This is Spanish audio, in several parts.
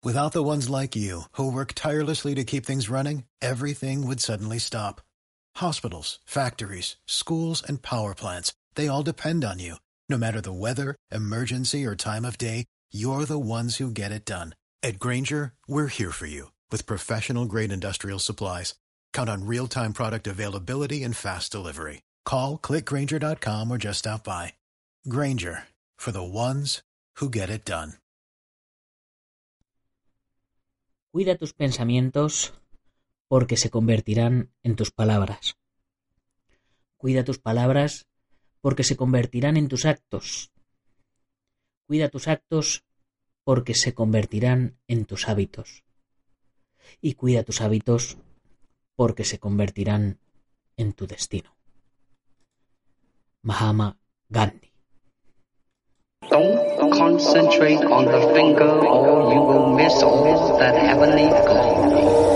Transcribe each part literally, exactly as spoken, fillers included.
Without the ones like you, who work tirelessly to keep things running, everything would suddenly stop. Hospitals, factories, schools, and power plants, they all depend on you. No matter the weather, emergency, or time of day, you're the ones who get it done. At Grainger, we're here for you with professional-grade industrial supplies. Count on real-time product availability and fast delivery. Call, click grainger dot com, or just stop by. Grainger, for the ones who get it done. Cuida tus pensamientos porque se convertirán en tus palabras. Cuida tus palabras porque se convertirán en tus actos. Cuida tus actos porque se convertirán en tus hábitos. Y cuida tus hábitos porque se convertirán en tu destino. Mahatma Gandhi. Don't concentrate on the finger or you will miss all that heavenly glory.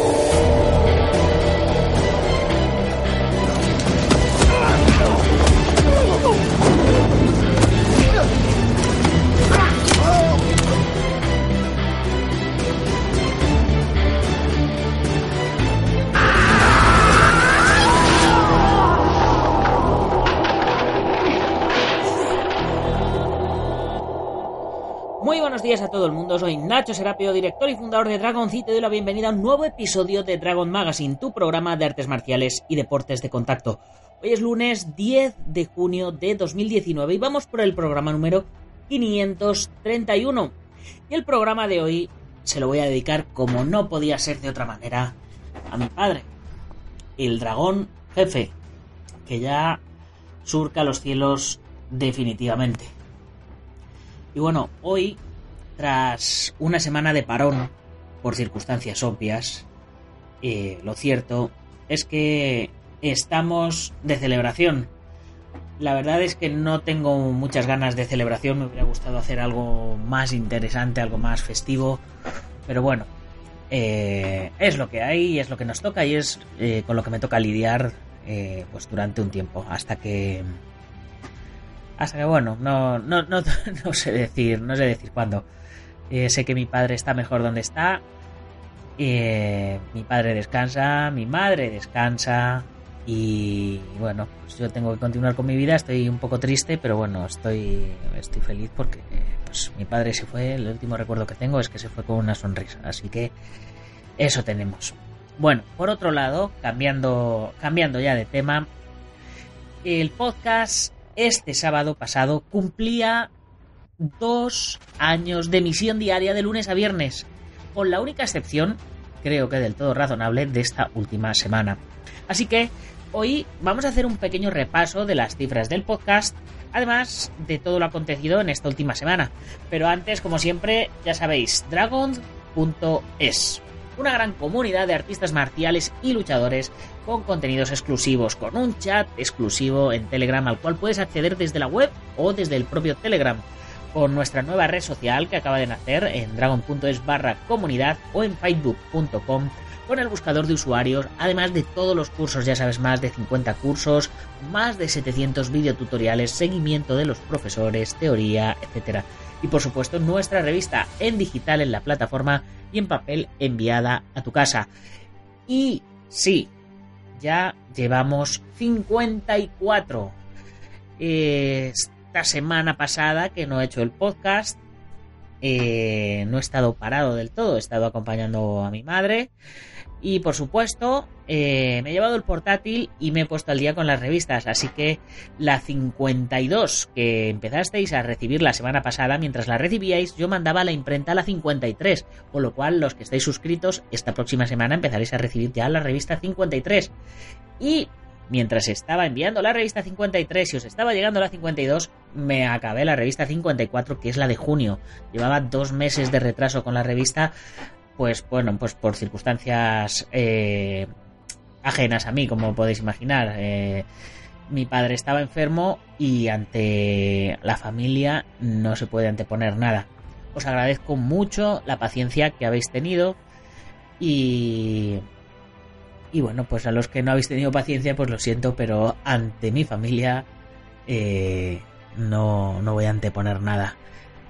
Muy buenos días a todo el mundo, soy Nacho Serapio, director y fundador de Dragon, y te doy la bienvenida a un nuevo episodio de Dragon Magazine, tu programa de artes marciales y deportes de contacto. Hoy es lunes diez de junio de dos mil diecinueve y vamos por el programa número quinientos treinta y uno. Y el programa de hoy se lo voy a dedicar, como no podía ser de otra manera, a mi padre, el dragón jefe, que ya surca los cielos definitivamente. Y bueno, hoy, tras una semana de parón, por circunstancias obvias, eh, lo cierto es que estamos de celebración. La verdad es que no tengo muchas ganas de celebración, me hubiera gustado hacer algo más interesante, algo más festivo, pero bueno, eh, es lo que hay y es lo que nos toca y es eh, con lo que me toca lidiar eh, pues durante un tiempo, hasta que... Hasta que bueno, no, no, no, no sé decir, no sé decir cuándo. Eh, sé que mi padre está mejor donde está. Eh, mi padre descansa, mi madre descansa. Y bueno, pues yo tengo que continuar con mi vida. Estoy un poco triste, pero bueno, estoy, estoy feliz porque pues mi padre se fue. El último recuerdo que tengo es que se fue con una sonrisa. Así que eso tenemos. Bueno, por otro lado, cambiando, cambiando ya de tema, el podcast este sábado pasado cumplía dos años de emisión diaria de lunes a viernes, con la única excepción, creo que del todo razonable, de esta última semana. Así que hoy vamos a hacer un pequeño repaso de las cifras del podcast, además de todo lo acontecido en esta última semana. Pero antes, como siempre, ya sabéis, dragon punto es. Una gran comunidad de artistas marciales y luchadores con contenidos exclusivos, con un chat exclusivo en Telegram al cual puedes acceder desde la web o desde el propio Telegram, con nuestra nueva red social que acaba de nacer en dragon punto es barra comunidad o en facebook punto com con el buscador de usuarios, además de todos los cursos, ya sabes, más de cincuenta cursos, más de setecientos videotutoriales, seguimiento de los profesores, teoría, etcétera. Y por supuesto nuestra revista en digital en la plataforma y en papel enviada a tu casa. Y sí, ya llevamos cincuenta y cuatro. Esta semana pasada que no he hecho el podcast, eh, no he estado parado del todo, he estado acompañando a mi madre. Y por supuesto, eh, me he llevado el portátil y me he puesto al día con las revistas. Así que la cincuenta y dos que empezasteis a recibir la semana pasada, mientras la recibíais, yo mandaba a la imprenta la cincuenta y tres. Con lo cual, los que estáis suscritos, esta próxima semana empezaréis a recibir ya la revista cincuenta y tres. Y mientras estaba enviando la revista cincuenta y tres y os estaba llegando la cincuenta y dos, me acabé la revista cincuenta y cuatro, que es la de junio. Llevaba dos meses de retraso con la revista. Pues bueno, pues por circunstancias eh, ajenas a mí, como podéis imaginar. Eh, mi padre estaba enfermo y ante la familia no se puede anteponer nada. Os agradezco mucho la paciencia que habéis tenido y... Y bueno, pues a los que no habéis tenido paciencia, pues lo siento, pero ante mi familia eh, no, no voy a anteponer nada.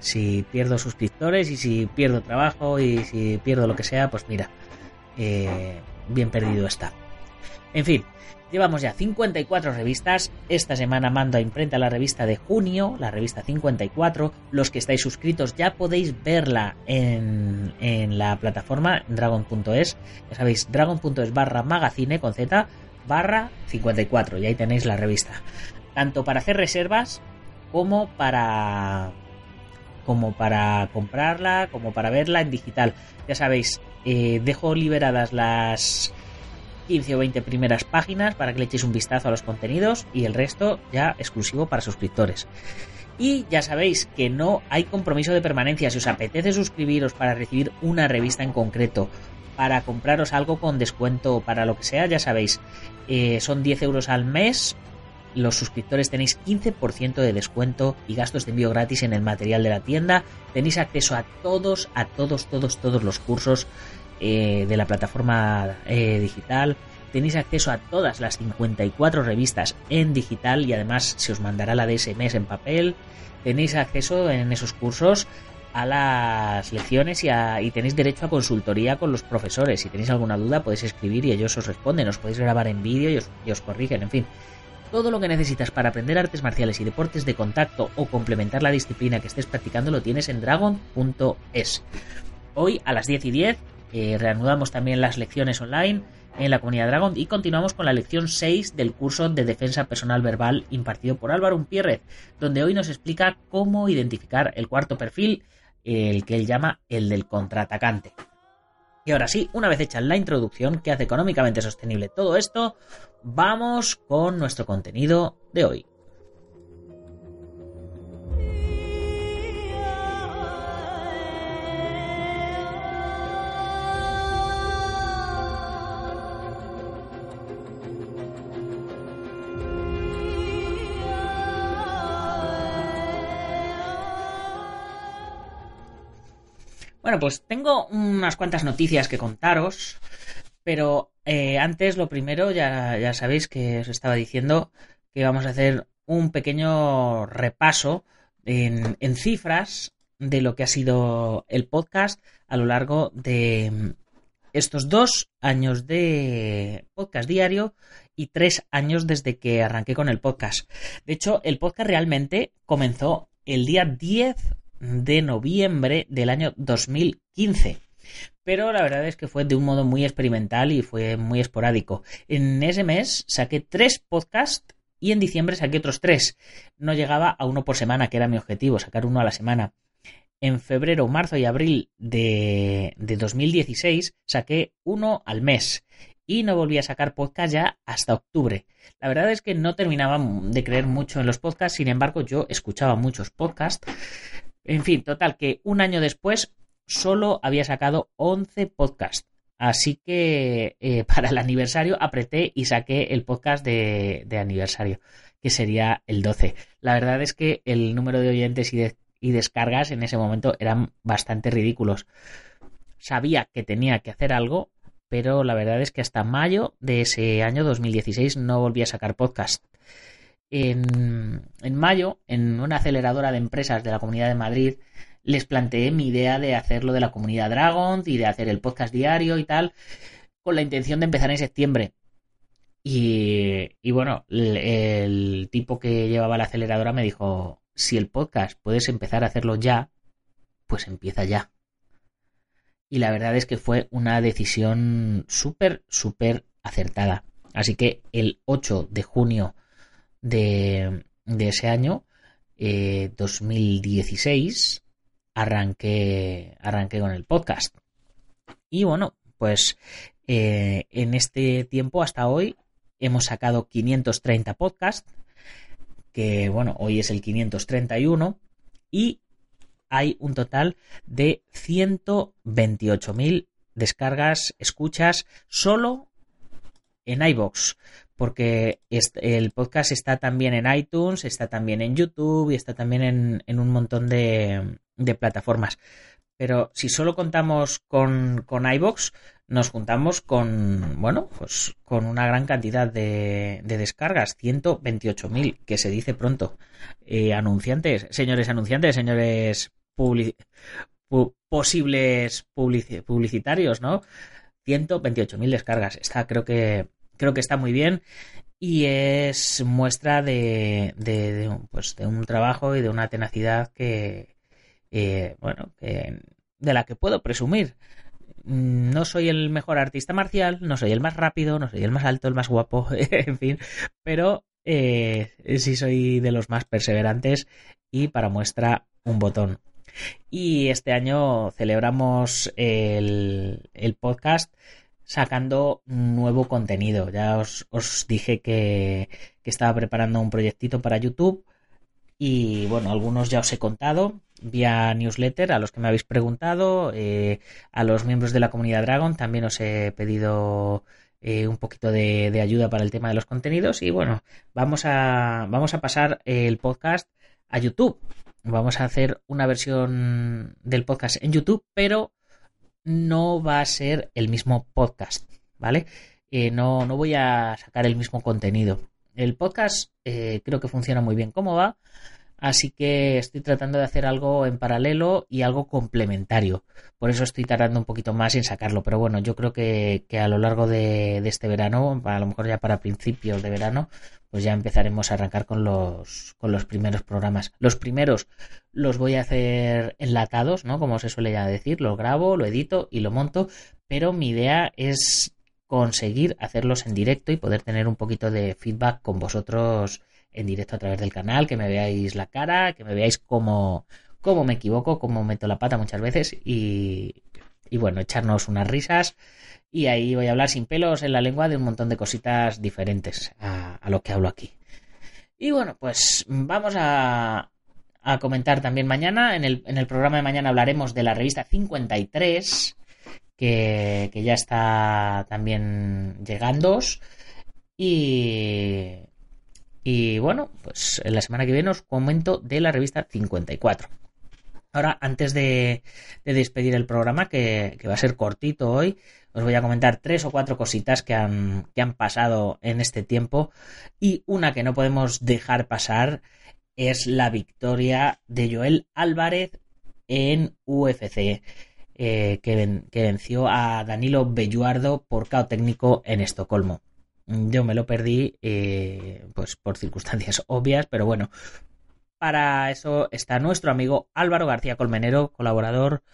si pierdo suscriptores y si pierdo trabajo y si pierdo lo que sea, pues mira, eh, bien perdido está. En fin, llevamos ya cincuenta y cuatro revistas. Esta semana mando a imprenta la revista de junio, la revista cincuenta y cuatro. Los que estáis suscritos ya podéis verla en, en la plataforma dragon punto es. Ya sabéis, dragon punto es barra magazine con z barra cincuenta y cuatro. Y ahí tenéis la revista. Tanto para hacer reservas como para, como para comprarla, como para verla en digital. Ya sabéis, eh, dejo liberadas las quince o veinte primeras páginas para que le echéis un vistazo a los contenidos y el resto ya exclusivo para suscriptores. Y ya sabéis que no hay compromiso de permanencia. Si os apetece suscribiros para recibir una revista en concreto, para compraros algo con descuento, para lo que sea, ya sabéis, eh, son diez euros al mes. Los suscriptores tenéis quince por ciento de descuento y gastos de envío gratis en el material de la tienda. Tenéis acceso a todos, a todos, todos, todos los cursos eh, de la plataforma eh, digital. Tenéis acceso a todas las cincuenta y cuatro revistas en digital y además se os mandará la D S M S en papel. Tenéis acceso en esos cursos a las lecciones y, a, y tenéis derecho a consultoría con los profesores. Si tenéis alguna duda podéis escribir y ellos os responden. Os podéis grabar en vídeo y os, y os corrigen, en fin. Todo lo que necesitas para aprender artes marciales y deportes de contacto o complementar la disciplina que estés practicando lo tienes en dragon punto es. Hoy a las diez y diez eh, reanudamos también las lecciones online en la comunidad Dragon y continuamos con la lección seis del curso de defensa personal verbal impartido por Álvaro Umpierrez, donde hoy nos explica cómo identificar el cuarto perfil, el que él llama el del contraatacante. Y ahora sí, una vez hecha la introducción que hace económicamente sostenible todo esto, vamos con nuestro contenido de hoy. Bueno, pues tengo unas cuantas noticias que contaros, pero eh, antes lo primero, ya, ya sabéis que os estaba diciendo que vamos a hacer un pequeño repaso en, en cifras de lo que ha sido el podcast a lo largo de estos dos años de podcast diario y tres años desde que arranqué con el podcast. De hecho, el podcast realmente comenzó el día diez de noviembre del año dos mil quince, pero la verdad es que fue de un modo muy experimental y fue muy esporádico. En ese mes saqué tres podcasts y en diciembre saqué otros tres. No llegaba a uno por semana, que era mi objetivo, sacar uno a la semana. En febrero, marzo y abril de, de dos mil dieciséis saqué uno al mes y no volví a sacar podcast ya hasta octubre. La verdad es que no terminaba de creer mucho en los podcasts, sin embargo yo escuchaba muchos podcasts. En fin, total, que un año después solo había sacado once podcasts. Así que eh, para el aniversario apreté y saqué el podcast de, de aniversario, que sería el doce. La verdad es que el número de oyentes y, de, y descargas en ese momento eran bastante ridículos. Sabía que tenía que hacer algo, pero la verdad es que hasta mayo de ese año dos mil dieciséis no volví a sacar podcast. En, en mayo, en una aceleradora de empresas de la Comunidad de Madrid, les planteé mi idea de hacerlo de la comunidad Dragon y de hacer el podcast diario y tal, con la intención de empezar en septiembre. Y, y bueno, el, el tipo que llevaba la aceleradora me dijo, si el podcast puedes empezar a hacerlo ya, pues empieza ya. Y la verdad es que fue una decisión súper, súper acertada. Así que el ocho de junio De, de ese año, eh, dos mil dieciséis, arranqué, arranqué con el podcast. Y bueno, pues eh, en este tiempo hasta hoy hemos sacado quinientos treinta podcasts, que bueno, hoy es el quinientos treinta y uno, y hay un total de ciento veintiocho mil descargas, escuchas, solo en iVoox. Porque el podcast está también en iTunes, está también en YouTube y está también en, en un montón de, de plataformas. Pero si solo contamos con, con iVoox, nos juntamos con, bueno, pues con una gran cantidad de, de descargas, ciento veintiocho mil, que se dice pronto. Eh, anunciantes, señores anunciantes, señores public, pu, posibles public, publicitarios, ¿no? ciento veintiocho mil descargas. Está, creo que creo que está muy bien y es muestra de, de, de, pues, de un trabajo y de una tenacidad que, eh, bueno, que, de la que puedo presumir. No soy el mejor artista marcial, no soy el más rápido, no soy el más alto, el más guapo, en fin, pero eh, sí soy de los más perseverantes y para muestra un botón. Y este año celebramos el, el podcast sacando nuevo contenido. Ya os, os dije que, que estaba preparando un proyectito para YouTube y bueno, algunos ya os he contado vía newsletter a los que me habéis preguntado, eh, a los miembros de la comunidad Dragon también os he pedido eh, un poquito de, de ayuda para el tema de los contenidos y bueno, vamos a, vamos a pasar el podcast a YouTube. Vamos a hacer una versión del podcast en YouTube, pero no va a ser el mismo podcast, ¿vale? Eh, no, no voy a sacar el mismo contenido. El podcast eh, creo que funciona muy bien como va, así que estoy tratando de hacer algo en paralelo y algo complementario. Por eso estoy tardando un poquito más en sacarlo, pero bueno, yo creo que, que a lo largo de, de este verano, a lo mejor ya para principios de verano, pues ya empezaremos a arrancar con los, con los primeros programas. Los primeros los voy a hacer enlatados, ¿no? Como se suele ya decir, los grabo, lo edito y lo monto, pero mi idea es conseguir hacerlos en directo y poder tener un poquito de feedback con vosotros en directo a través del canal, que me veáis la cara, que me veáis cómo, cómo me equivoco, cómo meto la pata muchas veces y, y bueno, echarnos unas risas. Y ahí voy a hablar sin pelos en la lengua de un montón de cositas diferentes a, a lo que hablo aquí. Y bueno, pues vamos a, a comentar también mañana. En el, en el programa de mañana hablaremos de la revista cincuenta y tres, que, que ya está también llegando. Y, y bueno, pues en la semana que viene os comento de la revista cincuenta y cuatro. Ahora, antes de, de despedir el programa, que, que va a ser cortito hoy, os voy a comentar tres o cuatro cositas que han, que han pasado en este tiempo y una que no podemos dejar pasar es la victoria de Joel Álvarez en U F C, eh, que, ven, que venció a Danilo Belluardo por K O técnico en Estocolmo. Yo me lo perdí eh, pues por circunstancias obvias, pero bueno, para eso está nuestro amigo Álvaro García Colmenero, colaborador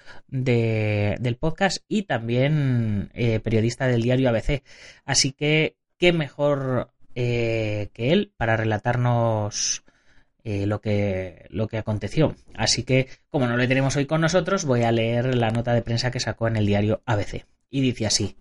de, del podcast y también eh, periodista del diario A B C. Así que, qué mejor eh, que él para relatarnos eh, lo que, lo que aconteció. Así que, como no lo tenemos hoy con nosotros, voy a leer la nota de prensa que sacó en el diario A B C. Y dice así: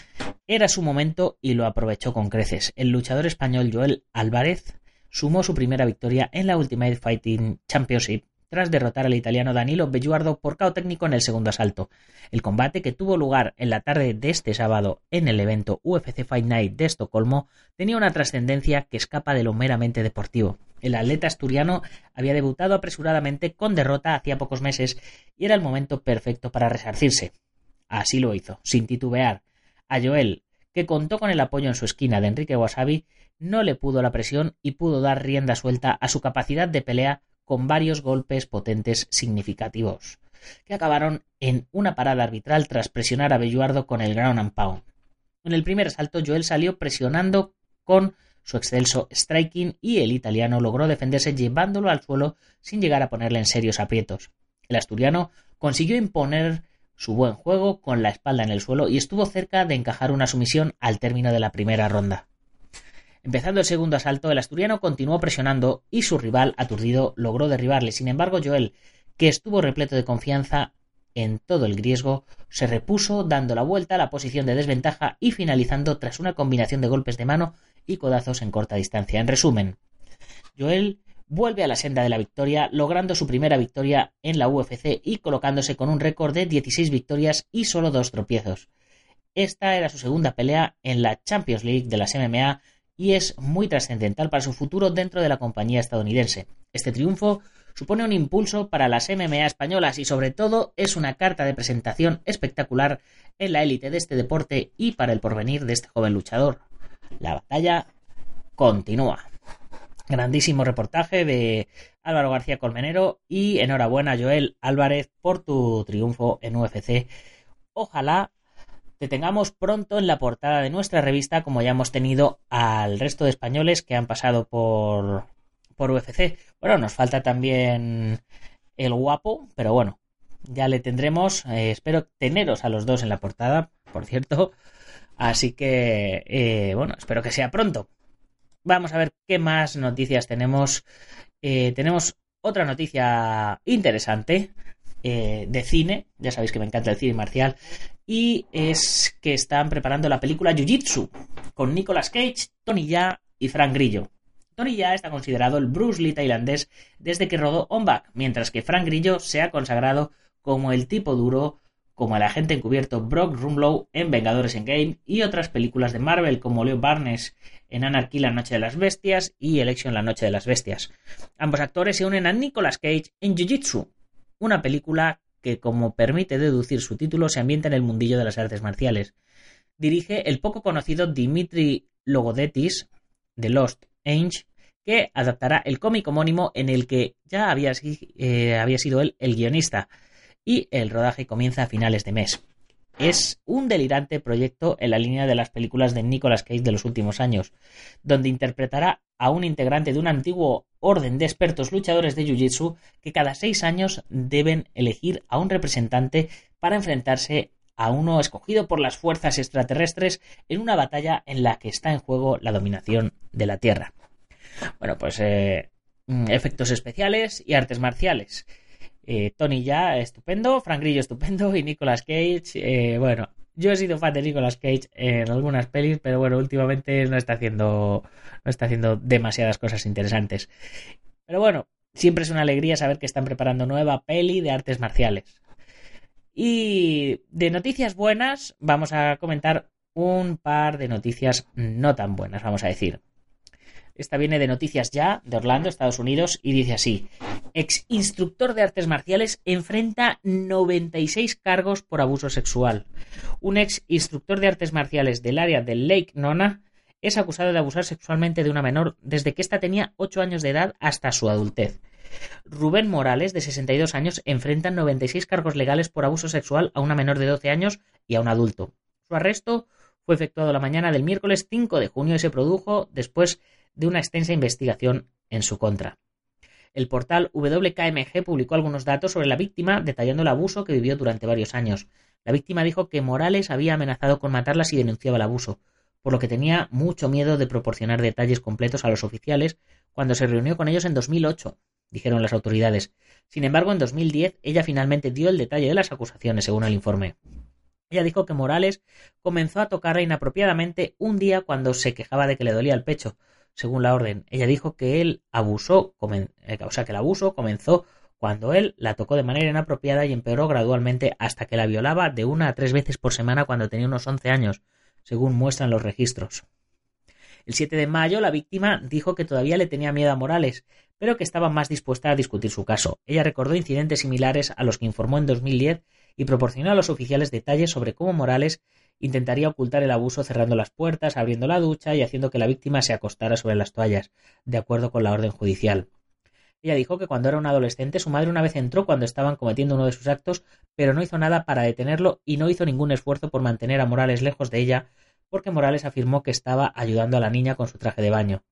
era su momento y lo aprovechó con creces. El luchador español Joel Álvarez sumó su primera victoria en la Ultimate Fighting Championship tras derrotar al italiano Danilo Belluardo por K O técnico en el segundo asalto. El combate, que tuvo lugar en la tarde de este sábado en el evento U F C Fight Night de Estocolmo, tenía una trascendencia que escapa de lo meramente deportivo. El atleta asturiano había debutado apresuradamente con derrota hacía pocos meses y era el momento perfecto para resarcirse. Así lo hizo, sin titubear. A Joel, que contó con el apoyo en su esquina de Enrique Wasabi, no le pudo la presión y pudo dar rienda suelta a su capacidad de pelea con varios golpes potentes significativos, que acabaron en una parada arbitral tras presionar a Belluardo con el ground and pound. En el primer asalto, Joel salió presionando con su excelso striking y el italiano logró defenderse llevándolo al suelo sin llegar a ponerle en serios aprietos. El asturiano consiguió imponer su buen juego con la espalda en el suelo y estuvo cerca de encajar una sumisión al término de la primera ronda. Empezando el segundo asalto, el asturiano continuó presionando y su rival, aturdido, logró derribarle. Sin embargo, Joel, que estuvo repleto de confianza en todo el riesgo, se repuso dando la vuelta a la posición de desventaja y finalizando tras una combinación de golpes de mano y codazos en corta distancia. En resumen, Joel vuelve a la senda de la victoria, logrando su primera victoria en la U F C y colocándose con un récord de dieciséis victorias y solo dos tropiezos. Esta era su segunda pelea en la Champions League de las M M A y es muy trascendental para su futuro dentro de la compañía estadounidense. Este triunfo supone un impulso para las M M A españolas y sobre todo es una carta de presentación espectacular en la élite de este deporte y para el porvenir de este joven luchador. La batalla continúa. Grandísimo reportaje de Álvaro García Colmenero y enhorabuena, Joel Álvarez, por tu triunfo en U F C. Ojalá te tengamos pronto en la portada de nuestra revista, como ya hemos tenido al resto de españoles que han pasado por, por U F C. Bueno, nos falta también el guapo, pero bueno, ya le tendremos. Eh, espero teneros a los dos en la portada, por cierto. Así que, eh, bueno, espero que sea pronto. Vamos a ver qué más noticias tenemos. Eh, tenemos otra noticia interesante eh, de cine. Ya sabéis que me encanta el cine marcial. Y es que están preparando la película Jiu-Jitsu con Nicolas Cage, Tony Jaa y Frank Grillo. Tony Jaa está considerado el Bruce Lee tailandés desde que rodó On Back, mientras que Frank Grillo se ha consagrado como el tipo duro, como el agente encubierto Brock Rumlow en Vengadores Endgame y otras películas de Marvel como Leo Barnes en Anarchy, la Noche de las Bestias y Election, la Noche de las Bestias. Ambos actores se unen a Nicolas Cage en Jiu-Jitsu, una película que, como permite deducir su título, se ambienta en el mundillo de las artes marciales. Dirige el poco conocido Dimitri Logodetis de Lost Age, que adaptará el cómic homónimo en el que ya había, eh, había sido él el guionista, y el rodaje comienza a finales de mes. Es un delirante proyecto en la línea de las películas de Nicolas Cage de los últimos años, donde interpretará a un integrante de un antiguo orden de expertos luchadores de Jiu-Jitsu que cada seis años deben elegir a un representante para enfrentarse a uno escogido por las fuerzas extraterrestres en una batalla en la que está en juego la dominación de la Tierra. Bueno, pues eh, efectos especiales y artes marciales. Eh, Tony Jaa, estupendo, Frank Grillo, estupendo, y Nicolas Cage, eh, bueno, yo he sido fan de Nicolas Cage en algunas pelis, pero bueno, últimamente no está haciendo no está haciendo demasiadas cosas interesantes. Pero bueno, siempre es una alegría saber que están preparando nueva peli de artes marciales. Y de noticias buenas, vamos a comentar un par de noticias no tan buenas, vamos a decir. Esta viene de Noticias Ya, de Orlando, Estados Unidos, y dice así: ex instructor de artes marciales enfrenta noventa y seis cargos por abuso sexual. Un ex instructor de artes marciales del área de Lake Nona es acusado de abusar sexualmente de una menor desde que ésta tenía ocho años de edad hasta su adultez. Rubén Morales, de sesenta y dos años, enfrenta noventa y seis cargos legales por abuso sexual a una menor de doce años y a un adulto. Su arresto fue efectuado la mañana del miércoles cinco de junio y se produjo después de una extensa investigación en su contra. El portal W K M G publicó algunos datos sobre la víctima, detallando el abuso que vivió durante varios años. La víctima dijo que Morales había amenazado con matarla si denunciaba el abuso, por lo que tenía mucho miedo de proporcionar detalles completos a los oficiales cuando se reunió con ellos en dos mil ocho, dijeron las autoridades. Sin embargo, en dos mil diez ella finalmente dio el detalle de las acusaciones, según el informe. Ella dijo que Morales comenzó a tocarla inapropiadamente un día cuando se quejaba de que le dolía el pecho. Según la orden, ella dijo que él abusó, o sea, que el abuso comenzó cuando él la tocó de manera inapropiada y empeoró gradualmente hasta que la violaba de una a tres veces por semana cuando tenía unos once años, según muestran los registros. El siete de mayo, la víctima dijo que todavía le tenía miedo a Morales, pero que estaba más dispuesta a discutir su caso. Ella recordó incidentes similares a los que informó en dos mil diez y proporcionó a los oficiales detalles sobre cómo Morales intentaría ocultar el abuso cerrando las puertas, abriendo la ducha y haciendo que la víctima se acostara sobre las toallas, de acuerdo con la orden judicial. Ella dijo que cuando era una adolescente su madre una vez entró cuando estaban cometiendo uno de sus actos, pero no hizo nada para detenerlo y no hizo ningún esfuerzo por mantener a Morales lejos de ella, porque Morales afirmó que estaba ayudando a la niña con su traje de baño.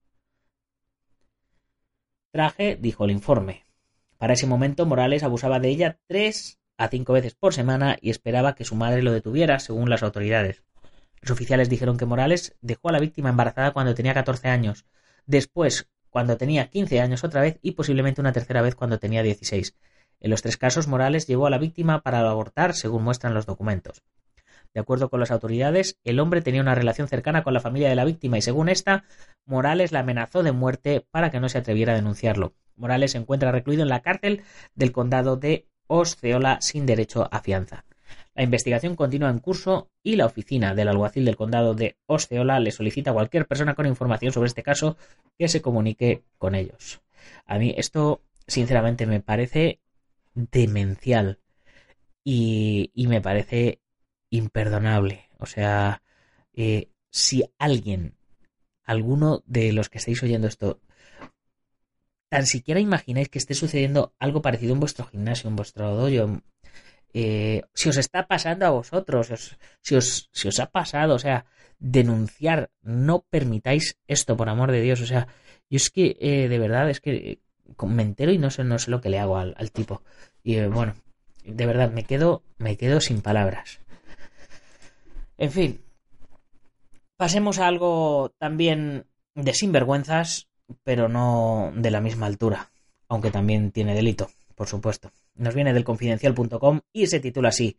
Traje, dijo el informe. Para ese momento Morales abusaba de ella tres a cinco veces por semana y esperaba que su madre lo detuviera, según las autoridades. Los oficiales dijeron que Morales dejó a la víctima embarazada cuando tenía catorce años, después cuando tenía quince años otra vez y posiblemente una tercera vez cuando tenía dieciséis. En los tres casos, Morales llevó a la víctima para abortar, según muestran los documentos. De acuerdo con las autoridades, el hombre tenía una relación cercana con la familia de la víctima y, según esta, Morales la amenazó de muerte para que no se atreviera a denunciarlo. Morales se encuentra recluido en la cárcel del condado de Osceola sin derecho a fianza. La investigación continúa en curso y la oficina del alguacil del condado de Osceola le solicita a cualquier persona con información sobre este caso que se comunique con ellos. A mí esto, sinceramente, me parece demencial y, y me parece imperdonable. O sea, eh, si alguien, alguno de los que estáis oyendo esto, tan siquiera imagináis que esté sucediendo algo parecido en vuestro gimnasio, en vuestro dojo. Eh, si os está pasando a vosotros, si os, si, os, si os ha pasado, o sea, denunciar, no permitáis esto, por amor de Dios. O sea, yo es que, eh, de verdad, es que me entero y no sé, no sé lo que le hago al, al tipo. Y eh, bueno, de verdad, me quedo, me quedo sin palabras. En fin, pasemos a algo también de sinvergüenzas, pero no de la misma altura, aunque también tiene delito, por supuesto. Nos viene del confidencial punto com y se titula así: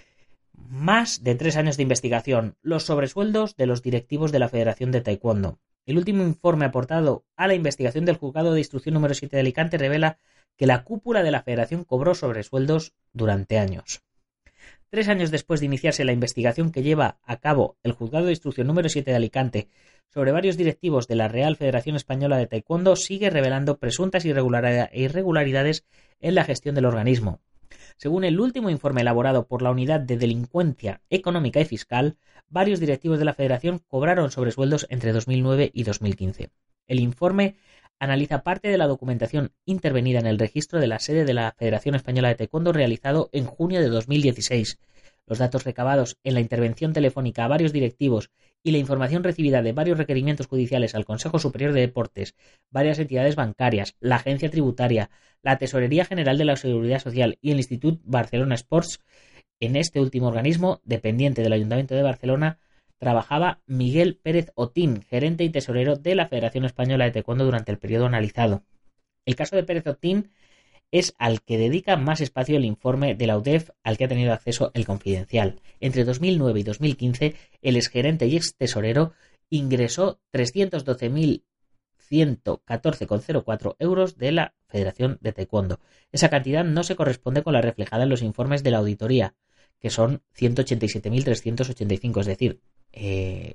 más de tres años de investigación, los sobresueldos de los directivos de la Federación de Taekwondo. El último informe aportado a la investigación del Juzgado de Instrucción número siete de Alicante revela que la cúpula de la Federación cobró sobresueldos durante años. Tres años después de iniciarse la investigación que lleva a cabo el Juzgado de Instrucción número siete de Alicante sobre varios directivos de la Real Federación Española de Taekwondo, sigue revelando presuntas irregularidades en la gestión del organismo. Según el último informe elaborado por la Unidad de Delincuencia Económica y Fiscal, varios directivos de la Federación cobraron sobresueldos entre dos mil nueve y dos mil quince. El informe analiza parte de la documentación intervenida en el registro de la sede de la Federación Española de Taekwondo realizado en junio de dos mil dieciséis, los datos recabados en la intervención telefónica a varios directivos y la información recibida de varios requerimientos judiciales al Consejo Superior de Deportes, varias entidades bancarias, la Agencia Tributaria, la Tesorería General de la Seguridad Social y el Institut Barcelona Sports. En este último organismo, dependiente del Ayuntamiento de Barcelona, trabajaba Miguel Pérez Otín, gerente y tesorero de la Federación Española de Taekwondo durante el periodo analizado. El caso de Pérez Otín es al que dedica más espacio el informe de la U D E F al que ha tenido acceso el Confidencial. Entre dos mil nueve y dos mil quince, el exgerente y ex tesorero ingresó trescientos doce mil ciento catorce coma cero cuatro euros de la Federación de Taekwondo. Esa cantidad no se corresponde con la reflejada en los informes de la auditoría, que son ciento ochenta y siete mil trescientos ochenta y cinco, es decir, eh,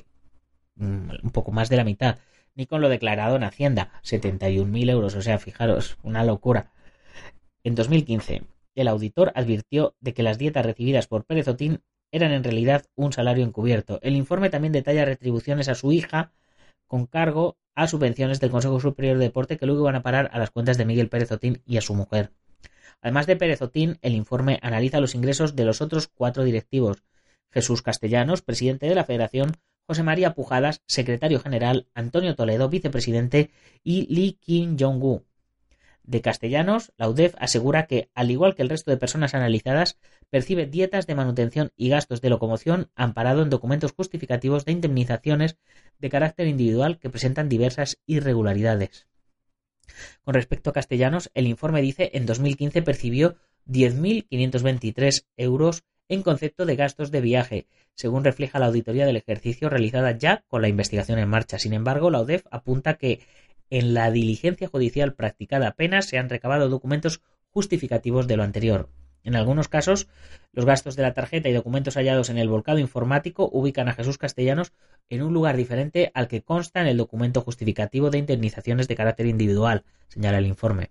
un poco más de la mitad, ni con lo declarado en Hacienda, setenta y un mil euros, o sea, fijaros, una locura. En dos mil quince, el auditor advirtió de que las dietas recibidas por Pérez Otín eran en realidad un salario encubierto. El informe también detalla retribuciones a su hija con cargo a subvenciones del Consejo Superior de Deporte que luego iban a parar a las cuentas de Miguel Pérez Otín y a su mujer. Además de Pérez Otín, el informe analiza los ingresos de los otros cuatro directivos: Jesús Castellanos, presidente de la Federación; José María Pujadas, secretario general; Antonio Toledo, vicepresidente; y Lee Kim Jong-gu. De Castellanos, la U D E F asegura que, al igual que el resto de personas analizadas, percibe dietas de manutención y gastos de locomoción amparado en documentos justificativos de indemnizaciones de carácter individual que presentan diversas irregularidades. Con respecto a Castellanos, el informe dice en dos mil quince percibió diez mil quinientos veintitrés euros en concepto de gastos de viaje, según refleja la auditoría del ejercicio realizada ya con la investigación en marcha. Sin embargo, la U D E F apunta que en la diligencia judicial practicada apenas se han recabado documentos justificativos de lo anterior. En algunos casos, los gastos de la tarjeta y documentos hallados en el volcado informático ubican a Jesús Castellanos en un lugar diferente al que consta en el documento justificativo de indemnizaciones de carácter individual, señala el informe.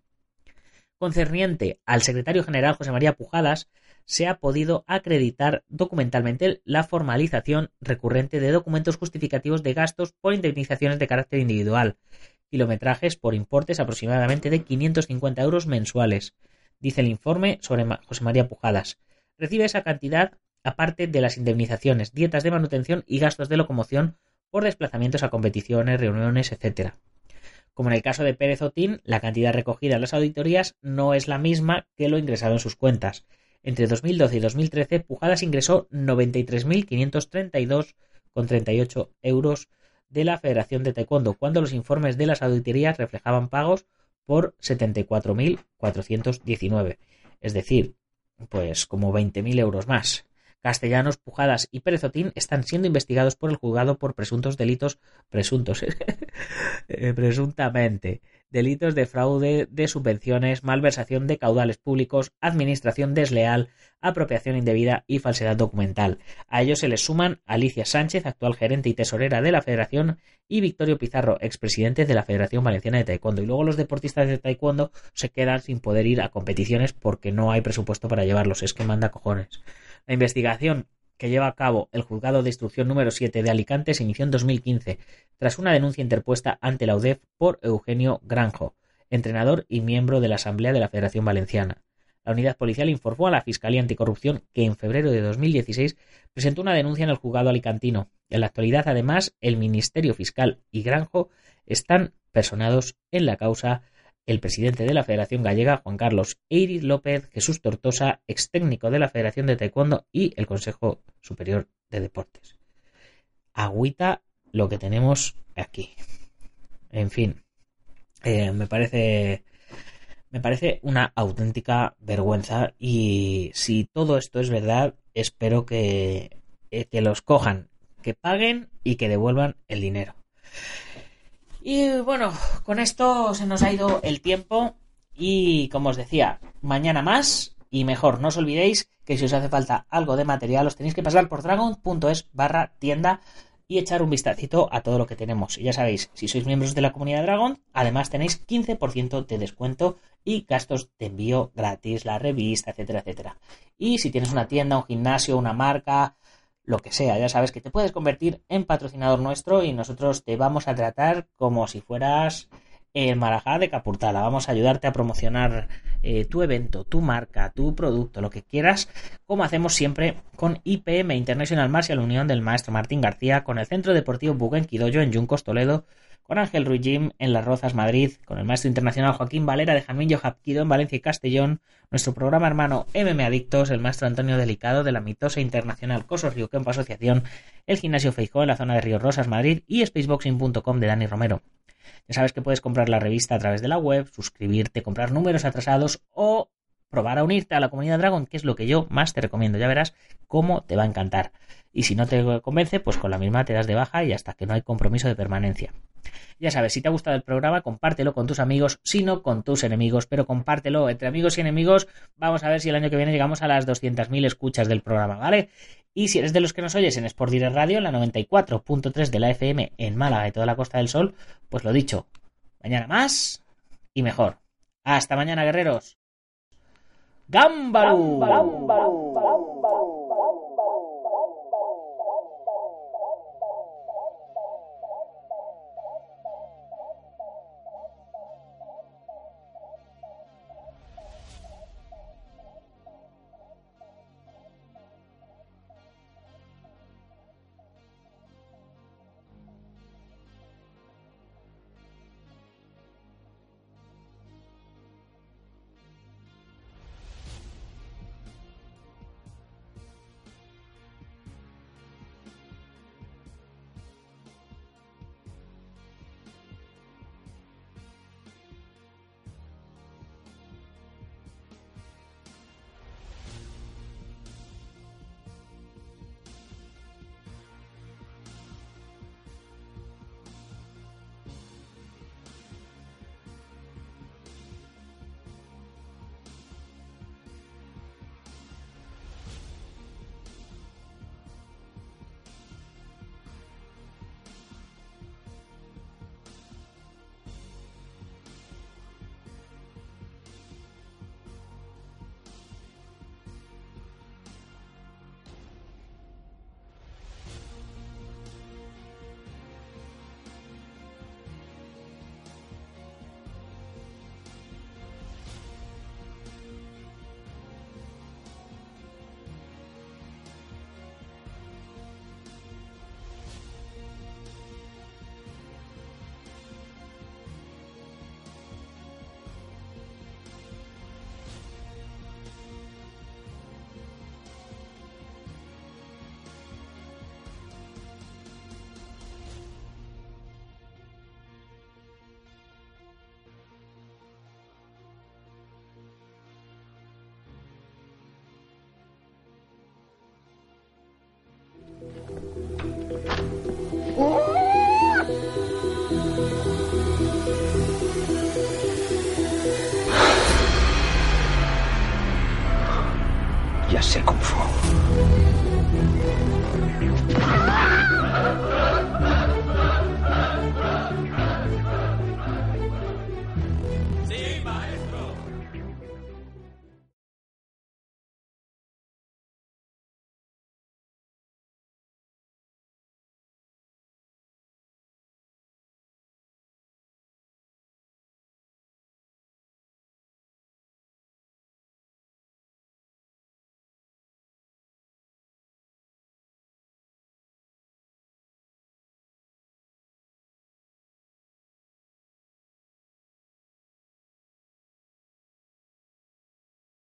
Concerniente al secretario general José María Pujadas, se ha podido acreditar documentalmente la formalización recurrente de documentos justificativos de gastos por indemnizaciones de carácter individual, kilometrajes por importes aproximadamente de quinientos cincuenta euros mensuales, dice el informe sobre José María Pujadas. Recibe esa cantidad aparte de las indemnizaciones, dietas de manutención y gastos de locomoción por desplazamientos a competiciones, reuniones, etcétera. Como en el caso de Pérez Otín, la cantidad recogida en las auditorías no es la misma que lo ingresado en sus cuentas. Entre dos mil doce y dos mil trece, Pujadas ingresó noventa y tres mil quinientos treinta y dos coma treinta y ocho euros de la Federación de Taekwondo, cuando los informes de las auditorías reflejaban pagos por setenta y cuatro mil cuatrocientos diecinueve, es decir, pues como veinte mil euros más. Castellanos, Pujadas y Pérez Otín están siendo investigados por el juzgado por presuntos delitos, presuntos, eh, presuntamente, delitos de fraude de subvenciones, malversación de caudales públicos, administración desleal, apropiación indebida y falsedad documental. A ellos se les suman Alicia Sánchez, actual gerente y tesorera de la Federación, y Victorio Pizarro, expresidente de la Federación Valenciana de Taekwondo. Y luego los deportistas de Taekwondo se quedan sin poder ir a competiciones porque no hay presupuesto para llevarlos. Es que manda cojones. La investigación que lleva a cabo el Juzgado de Instrucción número siete de Alicante se inició en dos mil quince, tras una denuncia interpuesta ante la U D E F por Eugenio Granjo, entrenador y miembro de la Asamblea de la Federación Valenciana. La unidad policial informó a la Fiscalía Anticorrupción que en febrero de dos mil dieciséis presentó una denuncia en el juzgado alicantino. En la actualidad, además, el Ministerio Fiscal y Granjo están personados en la causa el presidente de la Federación Gallega, Juan Carlos Eiris López, Jesús Tortosa, ex técnico de la Federación de Taekwondo y el Consejo Superior de Deportes. Agüita lo que tenemos aquí. En fin, eh, me parece... Me parece una auténtica vergüenza y si todo esto es verdad, espero que, que los cojan, que paguen y que devuelvan el dinero. Y bueno, con esto se nos ha ido el tiempo y como os decía, mañana más y mejor. No os olvidéis que si os hace falta algo de material os tenéis que pasar por dragon.es barra tienda y echar un vistacito a todo lo que tenemos. Y ya sabéis, si sois miembros de la comunidad Dragon, además tenéis quince por ciento de descuento y gastos de envío gratis, la revista, etcétera, etcétera. Y si tienes una tienda, un gimnasio, una marca, lo que sea, ya sabes que te puedes convertir en patrocinador nuestro y nosotros te vamos a tratar como si fueras el Marajá de Capurtala. Vamos a ayudarte a promocionar eh, tu evento, tu marca, tu producto, lo que quieras, como hacemos siempre con I P M International Martial Unión del maestro Martín García, con el Centro Deportivo Buguen Quidoyo en Yuncos, Toledo, con Ángel Ruiz Gym en Las Rozas, Madrid, con el maestro internacional Joaquín Valera de Jamillo Hapkido en Valencia y Castellón, nuestro programa hermano M M Adictos, el maestro Antonio Delicado de la mitosa internacional Cosos Río Campo Asociación, el gimnasio Feijó en la zona de Río Rosas, Madrid y spaceboxing punto com de Dani Romero. Ya sabes que puedes comprar la revista a través de la web, suscribirte, comprar números atrasados o probar a unirte a la comunidad Dragon, que es lo que yo más te recomiendo. Ya verás cómo te va a encantar. Y si no te convence, pues con la misma te das de baja y hasta que no hay compromiso de permanencia. Ya sabes, si te ha gustado el programa, compártelo con tus amigos, si no con tus enemigos, pero compártelo entre amigos y enemigos. Vamos a ver si el año que viene llegamos a las doscientas mil escuchas del programa, ¿vale? Y si eres de los que nos oyes en Sport Direct Radio, en la noventa y cuatro punto tres de la F M en Málaga y toda la Costa del Sol, pues lo dicho, mañana más y mejor. Hasta mañana, guerreros. ¡Gámbaru!